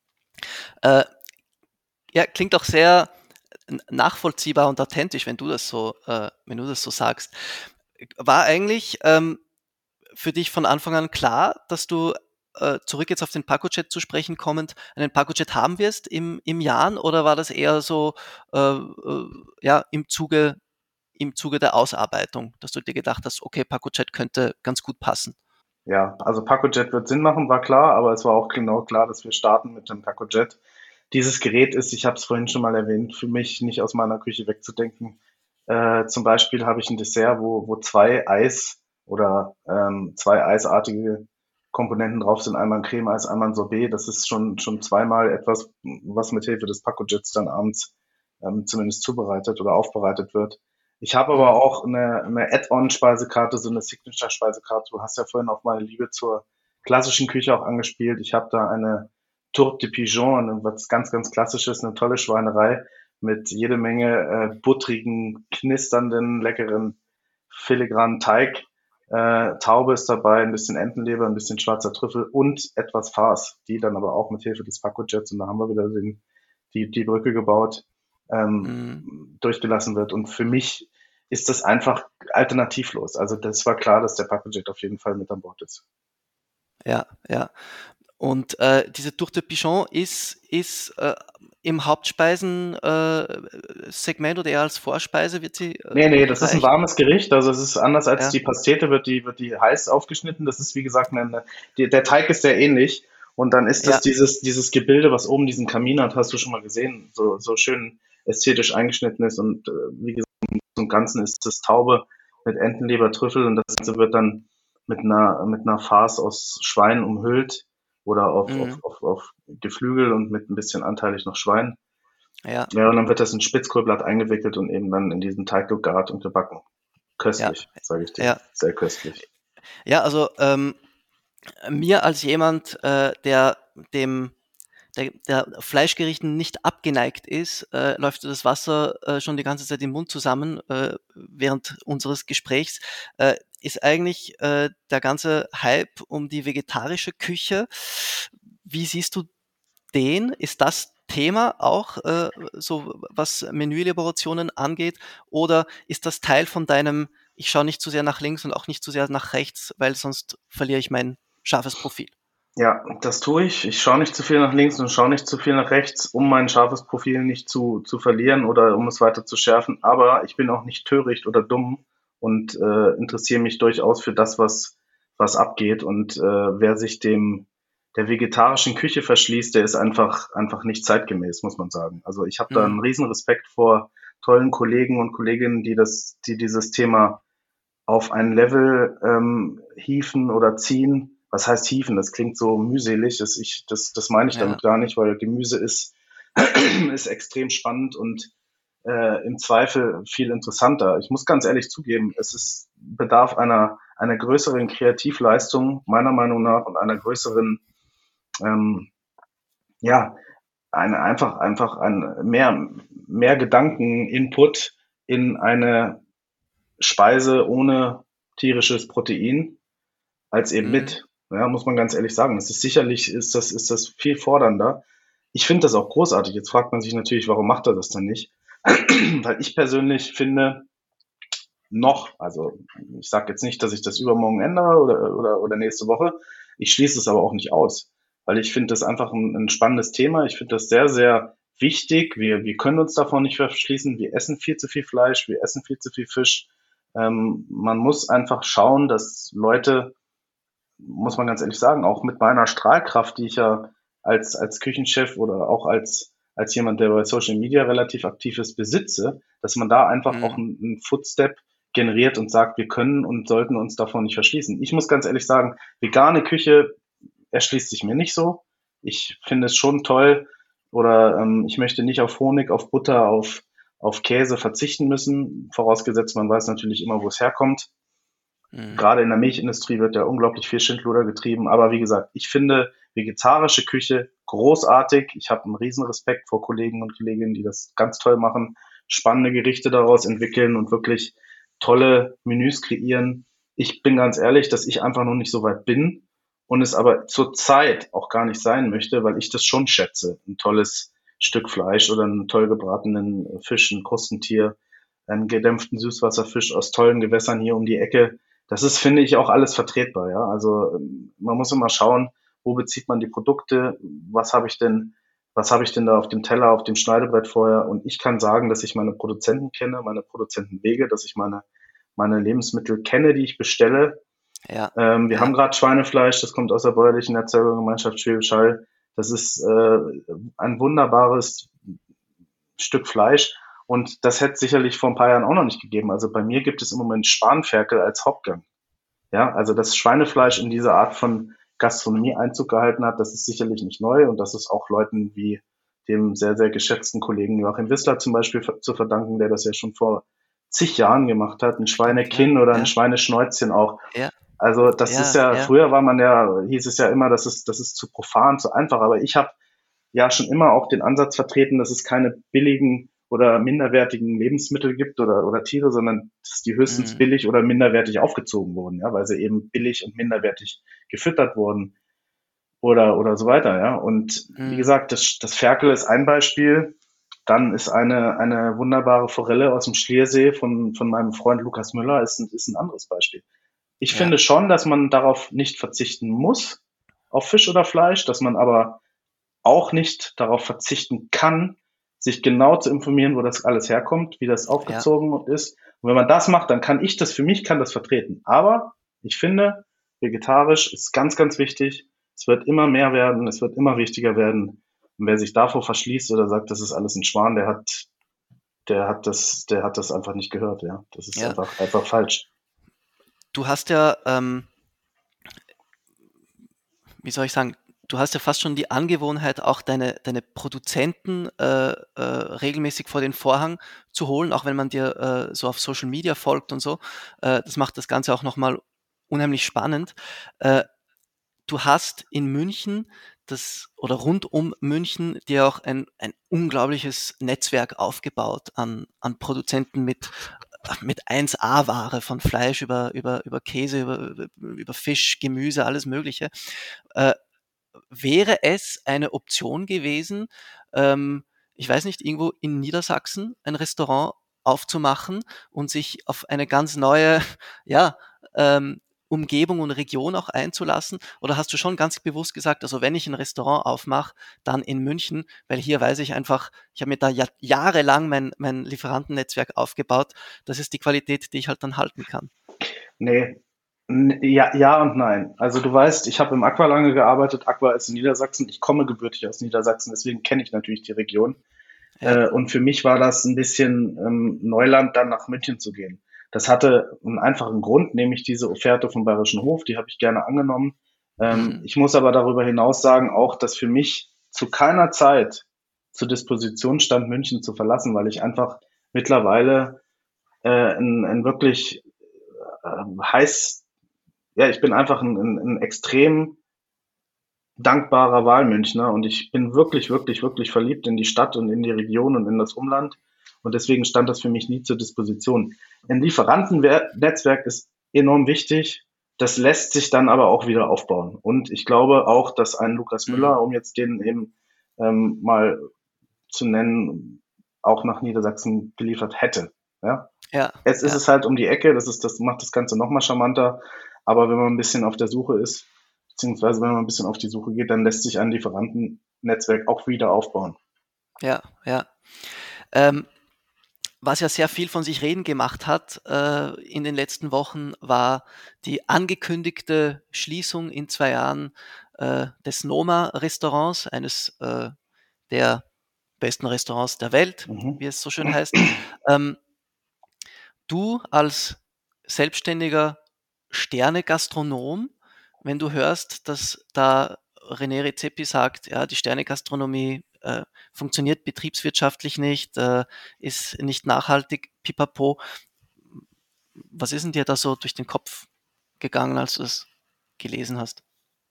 Äh, ja, klingt auch sehr nachvollziehbar und authentisch, wenn du das so, äh, wenn du das so sagst. War eigentlich ähm, für dich von Anfang an klar, dass du äh, zurück jetzt auf den Pacojet zu sprechen kommend, einen Pacojet haben wirst im, im Jahr, oder war das eher so äh, äh, ja, im Zuge, im Zuge der Ausarbeitung, dass du dir gedacht hast, okay, Pacojet könnte ganz gut passen? Ja, also Pacojet wird Sinn machen, war klar, aber es war auch genau klar, dass wir starten mit dem Pacojet. Dieses Gerät ist, ich habe es vorhin schon mal erwähnt, für mich nicht aus meiner Küche wegzudenken. Äh, zum Beispiel habe ich ein Dessert, wo, wo zwei Eis oder ähm, zwei eisartige Komponenten drauf sind, einmal ein Creme-Eis, einmal ein Sorbet. Das ist schon, schon zweimal etwas, was mit Hilfe des Pacojets dann abends ähm, zumindest zubereitet oder aufbereitet wird. Ich habe aber Mhm. auch eine, eine Add-on-Speisekarte, so eine Signature-Speisekarte. Du hast ja vorhin auf meine Liebe zur klassischen Küche auch angespielt. Ich habe da eine Tourte de Pigeon, was ganz, ganz klassisches, eine tolle Schweinerei mit jede Menge äh, buttrigen, knisternden, leckeren, filigranen Teig. Äh, Taube ist dabei, ein bisschen Entenleber, ein bisschen schwarzer Trüffel und etwas Farce, die dann aber auch mit Hilfe des Pacojets, und da haben wir wieder den, die, die Brücke gebaut, Mhm. ähm, durchgelassen wird. Und für mich ist das einfach alternativlos. Also das war klar, dass der Pacojet auf jeden Fall mit an Bord ist. Ja, ja. Und äh, diese Tourte de Pigeon ist, ist äh, im Hauptspeisen-Segment oder eher als Vorspeise wird sie äh, Nee, nee, das ist ein gereicht? warmes Gericht. Also es ist anders als Ja, die Pastete, wird die, wird die heiß aufgeschnitten. Das ist, wie gesagt, eine, die, der Teig ist sehr ähnlich. Und dann ist das ja, dieses, dieses Gebilde, was oben diesen Kamin hat, hast du schon mal gesehen, so, so schön ästhetisch eingeschnitten ist. Und äh, wie gesagt, im Ganzen ist das Taube mit Entenleber, Trüffel, und das Ganze wird dann mit einer, mit einer Farce aus Schwein umhüllt oder auf, mhm, auf, auf, auf Geflügel und mit ein bisschen anteilig noch Schwein. ja, Ja, und dann wird das in Spitzkohlblatt eingewickelt und eben dann in diesen Teig gegart und gebacken. ja, Köstlich, sage ich dir. ja. Sehr köstlich. Ja, also ähm, mir als jemand, äh, der dem der, der Fleischgerichten nicht abgeneigt ist, äh, läuft das Wasser äh, schon die ganze Zeit im Mund zusammen äh, während unseres Gesprächs. Äh, ist eigentlich äh, der ganze Hype um die vegetarische Küche. Wie siehst du den? Ist das Thema auch äh, so, was Menüelaborationen angeht? Oder ist das Teil von deinem, ich schaue nicht zu sehr nach links und auch nicht zu sehr nach rechts, weil sonst verliere ich mein scharfes Profil? Ja, das tue ich. Ich schaue nicht zu viel nach links und schaue nicht zu viel nach rechts, um mein scharfes Profil nicht zu, zu verlieren oder um es weiter zu schärfen. Aber ich bin auch nicht töricht oder dumm und äh, interessiere mich durchaus für das, was, was abgeht. Und äh, wer sich dem der vegetarischen Küche verschließt, der ist einfach, einfach nicht zeitgemäß, muss man sagen. Also ich habe da einen Mhm. riesen Respekt vor tollen Kollegen und Kolleginnen, die das, die dieses Thema auf ein Level ähm, hieven oder ziehen. Was heißt hieven? Das klingt so mühselig. Das, ich, das, das meine ich Ja. damit gar nicht, weil Gemüse ist, ist extrem spannend und äh, im Zweifel viel interessanter. Ich muss ganz ehrlich zugeben, es ist bedarf einer, einer größeren Kreativleistung, meiner Meinung nach, und einer größeren, ähm, ja, eine, einfach, einfach ein mehr, mehr Gedanken-Input in eine Speise ohne tierisches Protein als eben Mhm. mit. Ja, muss man ganz ehrlich sagen. Das ist sicherlich, ist das, ist das viel fordernder. Ich finde das auch großartig. Jetzt fragt man sich natürlich, warum macht er das dann nicht? Weil ich persönlich finde, noch, also ich sage jetzt nicht, dass ich das übermorgen ändere oder, oder, oder nächste Woche. Ich schließe es aber auch nicht aus, weil ich finde das einfach ein, ein spannendes Thema. Ich finde das sehr, sehr wichtig. Wir, wir können uns davon nicht verschließen. Wir essen viel zu viel Fleisch, wir essen viel zu viel Fisch. Ähm, man muss einfach schauen, dass Leute, muss man ganz ehrlich sagen, auch mit meiner Strahlkraft, die ich ja als, als Küchenchef oder auch als, als jemand, der bei Social Media relativ aktiv ist, besitze, dass man da einfach auch Mhm. einen, einen Footstep generiert und sagt, wir können und sollten uns davon nicht verschließen. Ich muss ganz ehrlich sagen, vegane Küche erschließt sich mir nicht so. Ich finde es schon toll oder ähm, ich möchte nicht auf Honig, auf Butter, auf, auf Käse verzichten müssen, vorausgesetzt man weiß natürlich immer, wo es herkommt. Mhm. Gerade in der Milchindustrie wird ja unglaublich viel Schindluder getrieben. Aber wie gesagt, ich finde vegetarische Küche großartig. Ich habe einen riesen Respekt vor Kollegen und Kolleginnen, die das ganz toll machen, spannende Gerichte daraus entwickeln und wirklich tolle Menüs kreieren. Ich bin ganz ehrlich, dass ich einfach noch nicht so weit bin und es aber zurzeit auch gar nicht sein möchte, weil ich das schon schätze. Ein tolles Stück Fleisch oder einen toll gebratenen Fisch, ein Krustentier, einen gedämpften Süßwasserfisch aus tollen Gewässern hier um die Ecke. Das ist, finde ich, auch alles vertretbar, ja. Also ähm, man muss immer schauen, wo bezieht man die Produkte, was habe ich denn, was habe ich denn da auf dem Teller, auf dem Schneidebrett vorher? Und ich kann sagen, dass ich meine Produzenten kenne, meine Produzentenwege, dass ich meine, meine Lebensmittel kenne, die ich bestelle. Ja. Ähm, wir Ja. haben gerade Schweinefleisch, das kommt aus der bäuerlichen Erzeugergemeinschaft Schwäbisch Hall. Das ist äh, ein wunderbares Stück Fleisch. Und das hätte es sicherlich vor ein paar Jahren auch noch nicht gegeben. Also bei mir gibt es im Moment Spanferkel als Hauptgang. Ja, also dass Schweinefleisch in diese Art von Gastronomie Einzug gehalten hat, das ist sicherlich nicht neu und das ist auch Leuten wie dem sehr, sehr geschätzten Kollegen Joachim Wissler zum Beispiel zu verdanken, der das ja schon vor zig Jahren gemacht hat, ein Stimmt, ja. Schweinekinn oder ein Ja. Schweineschnäuzchen auch. Ja. Also das ist Ja. ja, Ja. früher war man ja, hieß es ja immer, das ist, das ist zu profan, zu einfach, aber ich habe ja schon immer auch den Ansatz vertreten, dass es keine billigen oder minderwertigen Lebensmittel gibt oder, oder Tiere, sondern dass die höchstens Mhm. billig oder minderwertig aufgezogen wurden, ja, weil sie eben billig und minderwertig gefüttert wurden oder, oder so weiter, ja. Und wie Mhm. gesagt, das, das Ferkel ist ein Beispiel. Dann ist eine, eine wunderbare Forelle aus dem Schliersee von, von meinem Freund Lukas Müller ist, ein- ist ein anderes Beispiel. Ich Ja. finde schon, dass man darauf nicht verzichten muss, auf Fisch oder Fleisch, dass man aber auch nicht darauf verzichten kann, sich genau zu informieren, wo das alles herkommt, wie das Ja. aufgezogen ist. Und wenn man das macht, dann kann ich das, für mich kann das vertreten. Aber ich finde, vegetarisch ist ganz, ganz wichtig. Es wird immer mehr werden, es wird immer wichtiger werden. Und wer sich davor verschließt oder sagt, das ist alles ein Schwan, der hat, der hat das, der hat das einfach nicht gehört, ja. Das ist Ja. einfach, einfach falsch. Du hast ja, ähm, wie soll ich sagen, du hast ja fast schon die Angewohnheit, auch deine, deine Produzenten äh, äh, regelmäßig vor den Vorhang zu holen, auch wenn man dir äh, so auf Social Media folgt und so. Äh, das macht das Ganze auch nochmal unheimlich spannend. Äh, du hast in München das oder rund um München dir auch ein, ein unglaubliches Netzwerk aufgebaut an, an Produzenten mit, mit eins A-Ware, von Fleisch über, über, über Käse, über, über Fisch, Gemüse, alles Mögliche. Äh, wäre es eine Option gewesen, ähm, ich weiß nicht, irgendwo in Niedersachsen ein Restaurant aufzumachen und sich auf eine ganz neue, ja, ähm, Umgebung und Region auch einzulassen? Oder hast du schon ganz bewusst gesagt, also wenn ich ein Restaurant aufmache, dann in München, weil hier weiß ich einfach, ich habe mir da ja, jahrelang mein, mein Lieferantennetzwerk aufgebaut, das ist die Qualität, die ich halt dann halten kann. Nee, N- ja, ja und nein. Also du weißt, ich habe im Aqua lange gearbeitet. Aqua ist in Niedersachsen. Ich komme gebürtig aus Niedersachsen, deswegen kenne ich natürlich die Region. Ja, Äh, und für mich war das ein bisschen ähm, Neuland, dann nach München zu gehen. Das hatte einen einfachen Grund, nämlich diese Offerte vom Bayerischen Hof, die habe ich gerne angenommen. Ähm, mhm. ich muss aber darüber hinaus sagen, auch, dass für mich zu keiner Zeit zur Disposition stand, München zu verlassen, weil ich einfach mittlerweile äh, ein, ein wirklich äh, heiß, ja, ich bin einfach ein, ein, ein extrem dankbarer Wahlmünchner und ich bin wirklich, wirklich, wirklich verliebt in die Stadt und in die Region und in das Umland. Und deswegen stand das für mich nie zur Disposition. Ein Lieferantennetzwerk ist enorm wichtig. Das lässt sich dann aber auch wieder aufbauen. Und ich glaube auch, dass ein Lukas Mhm. Müller, um jetzt den eben ähm, mal zu nennen, auch nach Niedersachsen geliefert hätte. Ja? Ja, Jetzt ist ja, es halt um die Ecke, das ist, das macht das Ganze nochmal charmanter. Aber wenn man ein bisschen auf der Suche ist, beziehungsweise wenn man ein bisschen auf die Suche geht, dann lässt sich ein Lieferantennetzwerk auch wieder aufbauen. ja, ja. Ähm, was ja sehr viel von sich reden gemacht hat äh, in den letzten Wochen, war die angekündigte Schließung in zwei Jahren äh, des Noma-Restaurants, eines äh, der besten Restaurants der Welt, Mhm. wie es so schön heißt. Ähm, du als selbstständiger Sterne-Gastronom, wenn du hörst, dass da René Redzepi sagt, ja, die Sterne-Gastronomie äh, funktioniert betriebswirtschaftlich nicht, äh, ist nicht nachhaltig, pipapo. Was ist denn dir da so durch den Kopf gegangen, als du es gelesen hast?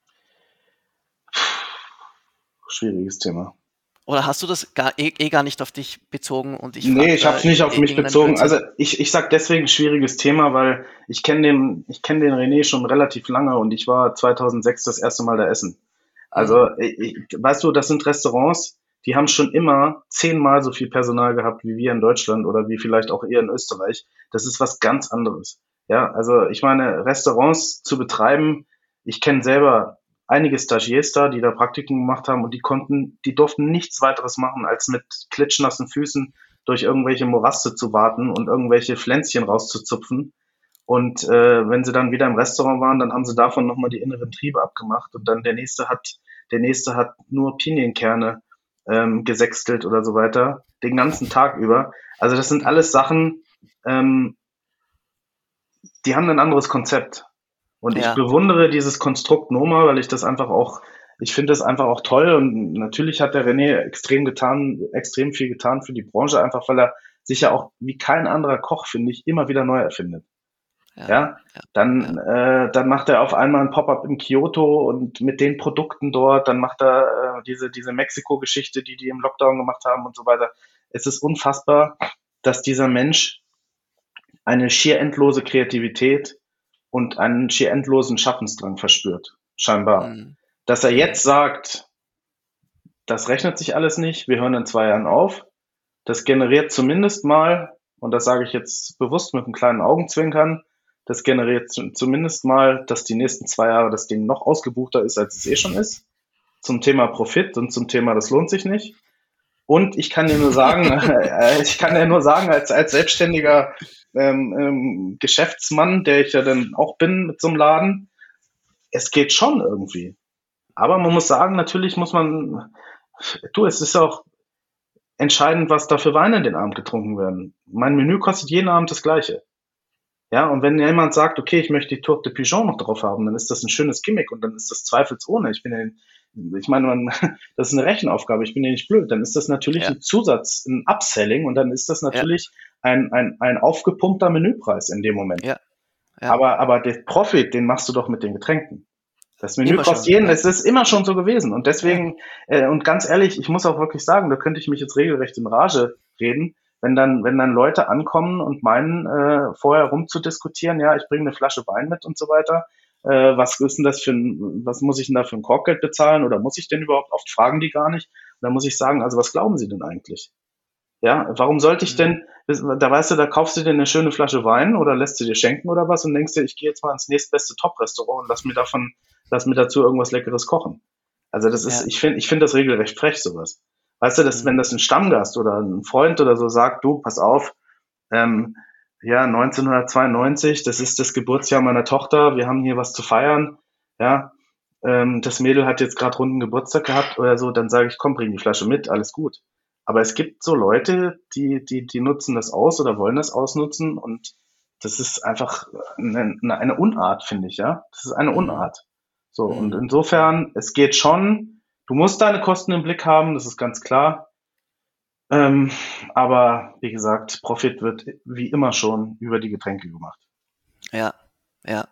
Schwieriges Thema. Oder hast du das gar, eh, eh gar nicht auf dich bezogen und ich Nee, frage ich habe da es nicht auf eh mich irgendeinen bezogen. Blödsinn? Also ich, ich sag deswegen schwieriges Thema, weil ich kenne den, ich kenne den René schon relativ lange und ich war zweitausendsechs das erste Mal da essen. Mhm. Also ich, ich, weißt du, das sind Restaurants, die haben schon immer zehnmal so viel Personal gehabt wie wir in Deutschland oder wie vielleicht auch ihr in Österreich. Das ist was ganz anderes. Ja, also ich meine, Restaurants zu betreiben, ich kenne selber einige Stagiaires da, die da Praktiken gemacht haben und die konnten, die durften nichts weiteres machen, als mit klitschnassen Füßen durch irgendwelche Moraste zu warten und irgendwelche Pflänzchen rauszuzupfen. Und äh, wenn sie dann wieder im Restaurant waren, dann haben sie davon nochmal die inneren Triebe abgemacht und dann der nächste hat, der nächste hat nur Pinienkerne ähm, gesäckstelt oder so weiter, den ganzen Tag über. Also das sind alles Sachen, ähm, die haben ein anderes Konzept. Und ich Ja, bewundere dieses Konstrukt Noma, weil ich das einfach auch, ich finde das einfach auch toll. Und natürlich hat der René extrem getan, extrem viel getan für die Branche, einfach weil er sich ja auch wie kein anderer Koch, finde ich, immer wieder neu erfindet. ja, Ja, ja, ja, dann, äh, dann macht er auf einmal ein Pop-up in Kyoto und mit den Produkten dort, dann macht er äh, diese, diese Mexiko-Geschichte, die die im Lockdown gemacht haben und so weiter. Es ist unfassbar, dass dieser Mensch eine schier endlose Kreativität und einen schier endlosen Schaffensdrang verspürt, scheinbar. mhm. Dass er Mhm. jetzt sagt, das rechnet sich alles nicht, wir hören in zwei Jahren auf, das generiert zumindest mal, und das sage ich jetzt bewusst mit einem kleinen Augenzwinkern, das generiert zumindest mal, dass die nächsten zwei Jahre das Ding noch ausgebuchter ist, als es eh schon ist, zum Thema Profit und zum Thema, das lohnt sich nicht. Und ich kann dir nur sagen, äh, ich kann dir nur sagen, als, als selbstständiger ähm, ähm, Geschäftsmann, der ich ja dann auch bin mit so einem Laden, es geht schon irgendwie. Aber man muss sagen, natürlich muss man, du, es ist auch entscheidend, was da für Weine in den Abend getrunken werden. Mein Menü kostet jeden Abend das Gleiche. Ja, und wenn jemand sagt, okay, ich möchte die Tour de Pigeon noch drauf haben, dann ist das ein schönes Gimmick und dann ist das zweifelsohne. Ich bin ja, ich meine, man, das ist eine Rechenaufgabe, ich bin ja nicht blöd. Dann ist das natürlich Ja, ein Zusatz, ein Upselling und dann ist das ja, natürlich ein, ein, ein aufgepumpter Menüpreis in dem Moment. ja, ja, Aber, aber der Profit, den machst du doch mit den Getränken. Das Menü Immer kostet schon, jeden, ja. es ist immer schon so gewesen. Und deswegen, äh, und ganz ehrlich, ich muss auch wirklich sagen, da könnte ich mich jetzt regelrecht in Rage reden, wenn dann, wenn dann Leute ankommen und meinen, äh, vorher rumzudiskutieren, ja, ich bringe eine Flasche Wein mit und so weiter. Äh, was ist denn das für ein, was muss ich denn da für ein Korkgeld bezahlen oder muss ich denn überhaupt? Oft fragen die gar nicht. Und dann muss ich sagen, also was glauben Sie denn eigentlich? Ja, warum sollte ich Mhm. denn, da weißt du, da kaufst du dir eine schöne Flasche Wein oder lässt du dir schenken oder was und denkst dir, ich gehe jetzt mal ins nächstbeste Top-Restaurant und lass mir davon, lass mir dazu irgendwas Leckeres kochen. Also das ist, Ja. ich finde, ich finde das regelrecht frech, sowas. Weißt du, dass, wenn Mhm. das ein Stammgast oder ein Freund oder so sagt, du, pass auf, ähm, ja, neunzehnhundertzweiundneunzig, das ist das Geburtsjahr meiner Tochter, wir haben hier was zu feiern, ja, ähm, das Mädel hat jetzt gerade runden Geburtstag gehabt oder so, dann sage ich, komm, bring die Flasche mit, alles gut. Aber es gibt so Leute, die, die, die nutzen das aus oder wollen das ausnutzen und das ist einfach eine, eine Unart, finde ich, ja. Das ist eine Mhm. Unart. So, und Mhm. insofern, es geht schon, du musst deine Kosten im Blick haben, das ist ganz klar. Ähm, aber wie gesagt, Profit wird wie immer schon über die Getränke gemacht. Ja, ja.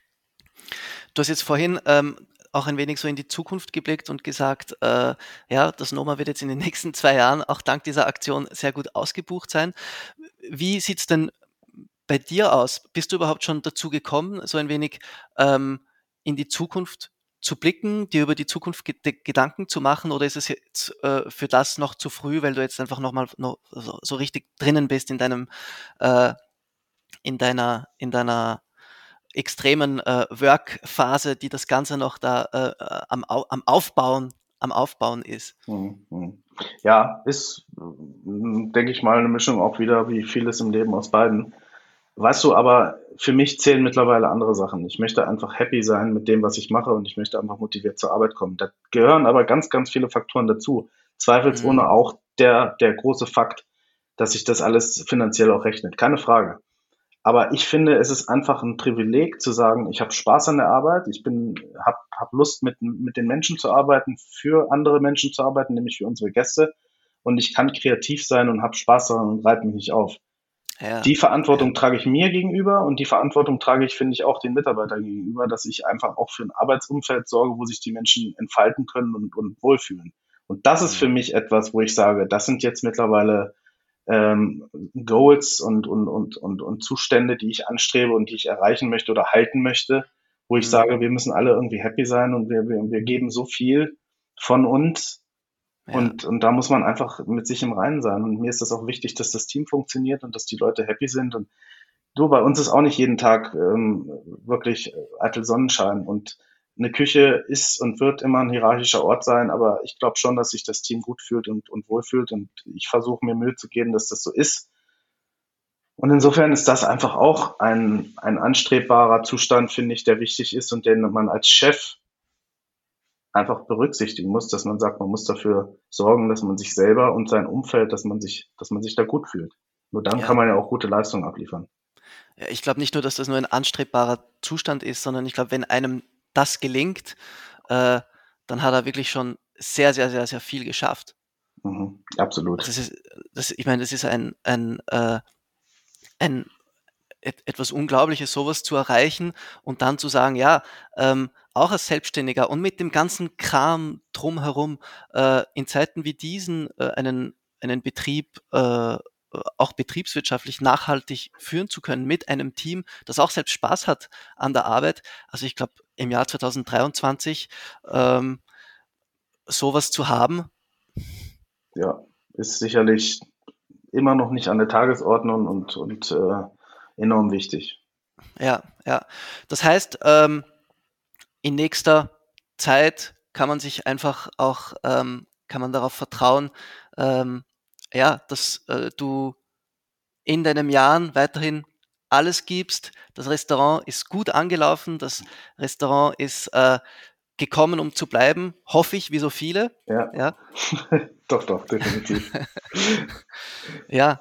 Du hast jetzt vorhin ähm, auch ein wenig so in die Zukunft geblickt und gesagt, äh, ja, das Noma wird jetzt in den nächsten zwei Jahren auch dank dieser Aktion sehr gut ausgebucht sein. Wie sieht es denn bei dir aus? Bist du überhaupt schon dazu gekommen, so ein wenig ähm, in die Zukunft zu blicken, dir über die Zukunft Ged- Gedanken zu machen, oder ist es jetzt äh, für das noch zu früh, weil du jetzt einfach nochmal noch so, so richtig drinnen bist in deinem, äh, in deiner, in deiner extremen äh, Work-Phase, die das Ganze noch da äh, äh, am, Au am Aufbauen, am Aufbauen ist? Mhm, mhm. Ja, ist, mm, denke ich mal, eine Mischung auch wieder wie vieles im Leben aus beiden. Weißt du, aber für mich zählen mittlerweile andere Sachen. Ich möchte einfach happy sein mit dem, was ich mache und ich möchte einfach motiviert zur Arbeit kommen. Da gehören aber ganz, ganz viele Faktoren dazu. Mhm. Zweifelsohne auch der, der große Fakt, dass sich das alles finanziell auch rechnet. Keine Frage. Aber ich finde, es ist einfach ein Privileg zu sagen, ich habe Spaß an der Arbeit, ich bin, habe hab Lust mit, mit den Menschen zu arbeiten, für andere Menschen zu arbeiten, nämlich für unsere Gäste. Und ich kann kreativ sein und habe Spaß daran und reibe mich nicht auf. Ja, Die ja. Verantwortung trage ich mir gegenüber und die Verantwortung trage ich, finde ich, auch den Mitarbeitern gegenüber, dass ich einfach auch für ein Arbeitsumfeld sorge, wo sich die Menschen entfalten können und, und wohlfühlen. Und das ist für Mhm. mich etwas, wo ich sage, das sind jetzt mittlerweile ähm, Goals und, und, und, und, und Zustände, die ich anstrebe und die ich erreichen möchte oder halten möchte, wo ich Mhm. sage, wir müssen alle irgendwie happy sein und wir, wir, wir geben so viel von uns Ja. und, und da muss man einfach mit sich im Reinen sein. Und mir ist das auch wichtig, dass das Team funktioniert und dass die Leute happy sind. Und du, bei uns ist auch nicht jeden Tag ähm, wirklich äh, eitel Sonnenschein. Und eine Küche ist und wird immer ein hierarchischer Ort sein, aber ich glaube schon, dass sich das Team gut fühlt und, und wohlfühlt. Und ich versuche mir Mühe zu geben, dass das so ist. Und insofern ist das einfach auch ein, ein anstrebbarer Zustand, finde ich, der wichtig ist und den man als Chef einfach berücksichtigen muss, dass man sagt, man muss dafür sorgen, dass man sich selber und sein Umfeld, dass man sich, dass man sich da gut fühlt. Nur dann kann Ja. man ja auch gute Leistungen abliefern. Ja, ich glaube nicht nur, dass das nur ein anstrebbarer Zustand ist, sondern ich glaube, wenn einem das gelingt, äh, dann hat er wirklich schon sehr, sehr, sehr, sehr viel geschafft. Mhm, Also absolut. es ist, das, ich meine, das ist ein, ein, äh, ein et etwas Unglaubliches, sowas zu erreichen und dann zu sagen, ja, ähm, auch als Selbstständiger und mit dem ganzen Kram drumherum, äh, in Zeiten wie diesen, äh, einen einen Betrieb, äh, auch betriebswirtschaftlich nachhaltig führen zu können mit einem Team, das auch selbst Spaß hat an der Arbeit. Also, ich glaube, im Jahr zweitausenddreiundzwanzig, ähm, so zu haben, Ja, ist sicherlich immer noch nicht an der Tagesordnung und, und äh, enorm wichtig. ja, ja. Das heißt, ähm, in nächster Zeit kann man sich einfach auch, ähm, kann man darauf vertrauen, ähm, ja, dass äh, du in deinen Jahren weiterhin alles gibst. Das Restaurant ist gut angelaufen, das Restaurant ist äh, gekommen, um zu bleiben, hoffe ich, wie so viele. Ja, Ja, doch, doch, definitiv. ja,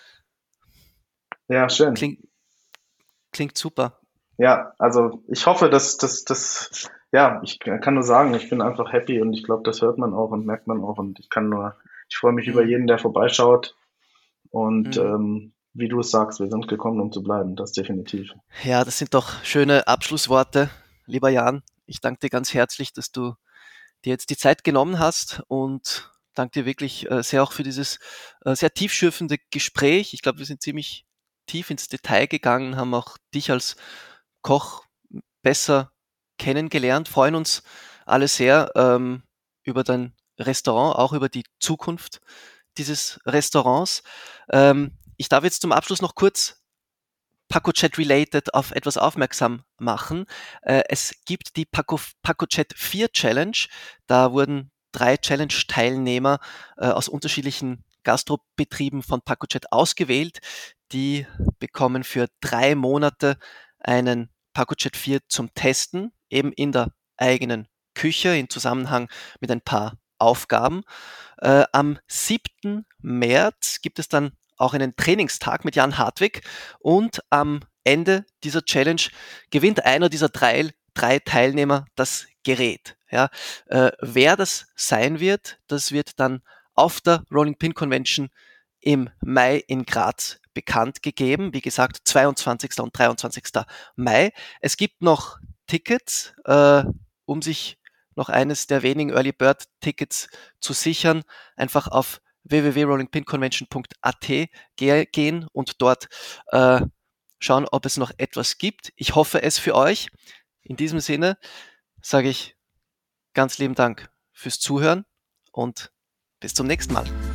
Ja, schön. klingt, klingt super. Ja, also ich hoffe, dass dass dass ja, ich kann nur sagen, ich bin einfach happy und ich glaube, das hört man auch und merkt man auch und ich kann nur ich freue mich über Mhm. jeden, der vorbeischaut und, Mhm. ähm, wie du es sagst, wir sind gekommen, um zu bleiben, das definitiv. Ja, das sind doch schöne Abschlussworte, lieber Jan. ich danke dir ganz herzlich, dass du dir jetzt die Zeit genommen hast und danke dir wirklich äh, sehr auch für dieses äh, sehr tiefschürfende Gespräch. Ich glaube, wir sind ziemlich tief ins Detail gegangen, haben auch dich als Koch besser kennengelernt, freuen uns alle sehr ähm, über dein Restaurant, auch über die Zukunft dieses Restaurants. Ähm, ich darf jetzt zum Abschluss noch kurz PacoChat-related auf etwas aufmerksam machen. Äh, es gibt die Paco, PacoChat vier Challenge. Da wurden drei Challenge-Teilnehmer äh, aus unterschiedlichen Gastrobetrieben von PacoChat ausgewählt. Die bekommen für drei Monate einen PacoChat vier zum Testen, eben in der eigenen Küche in Zusammenhang mit ein paar Aufgaben. Äh, am siebten März gibt es dann auch einen Trainingstag mit Jan Hartwig und am Ende dieser Challenge gewinnt einer dieser drei, drei Teilnehmer das Gerät. Ja, äh, wer das sein wird, das wird dann auf der Rolling Pin Convention im Mai in Graz bekannt gegeben. Wie gesagt, zweiundzwanzigsten und dreiundzwanzigsten Mai. Es gibt noch Tickets, äh, um sich noch eines der wenigen Early Bird Tickets zu sichern. Einfach auf w w w punkt rolling pin convention punkt a t gehen und dort äh, schauen, ob es noch etwas gibt. Ich hoffe es für euch. In diesem Sinne sage ich ganz lieben Dank fürs Zuhören und bis zum nächsten Mal.